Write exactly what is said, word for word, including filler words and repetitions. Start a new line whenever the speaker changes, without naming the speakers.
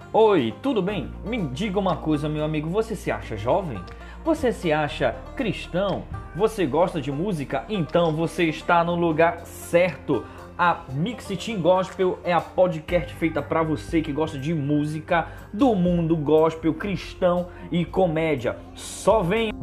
Oi, tudo bem? Me diga uma coisa, meu amigo, você se acha jovem? Você se acha cristão? Você gosta de música? Então você está no lugar certo. A Mix Team Gospel é a podcast feita para você que gosta de música, do mundo gospel, cristão e comédia. Só venha!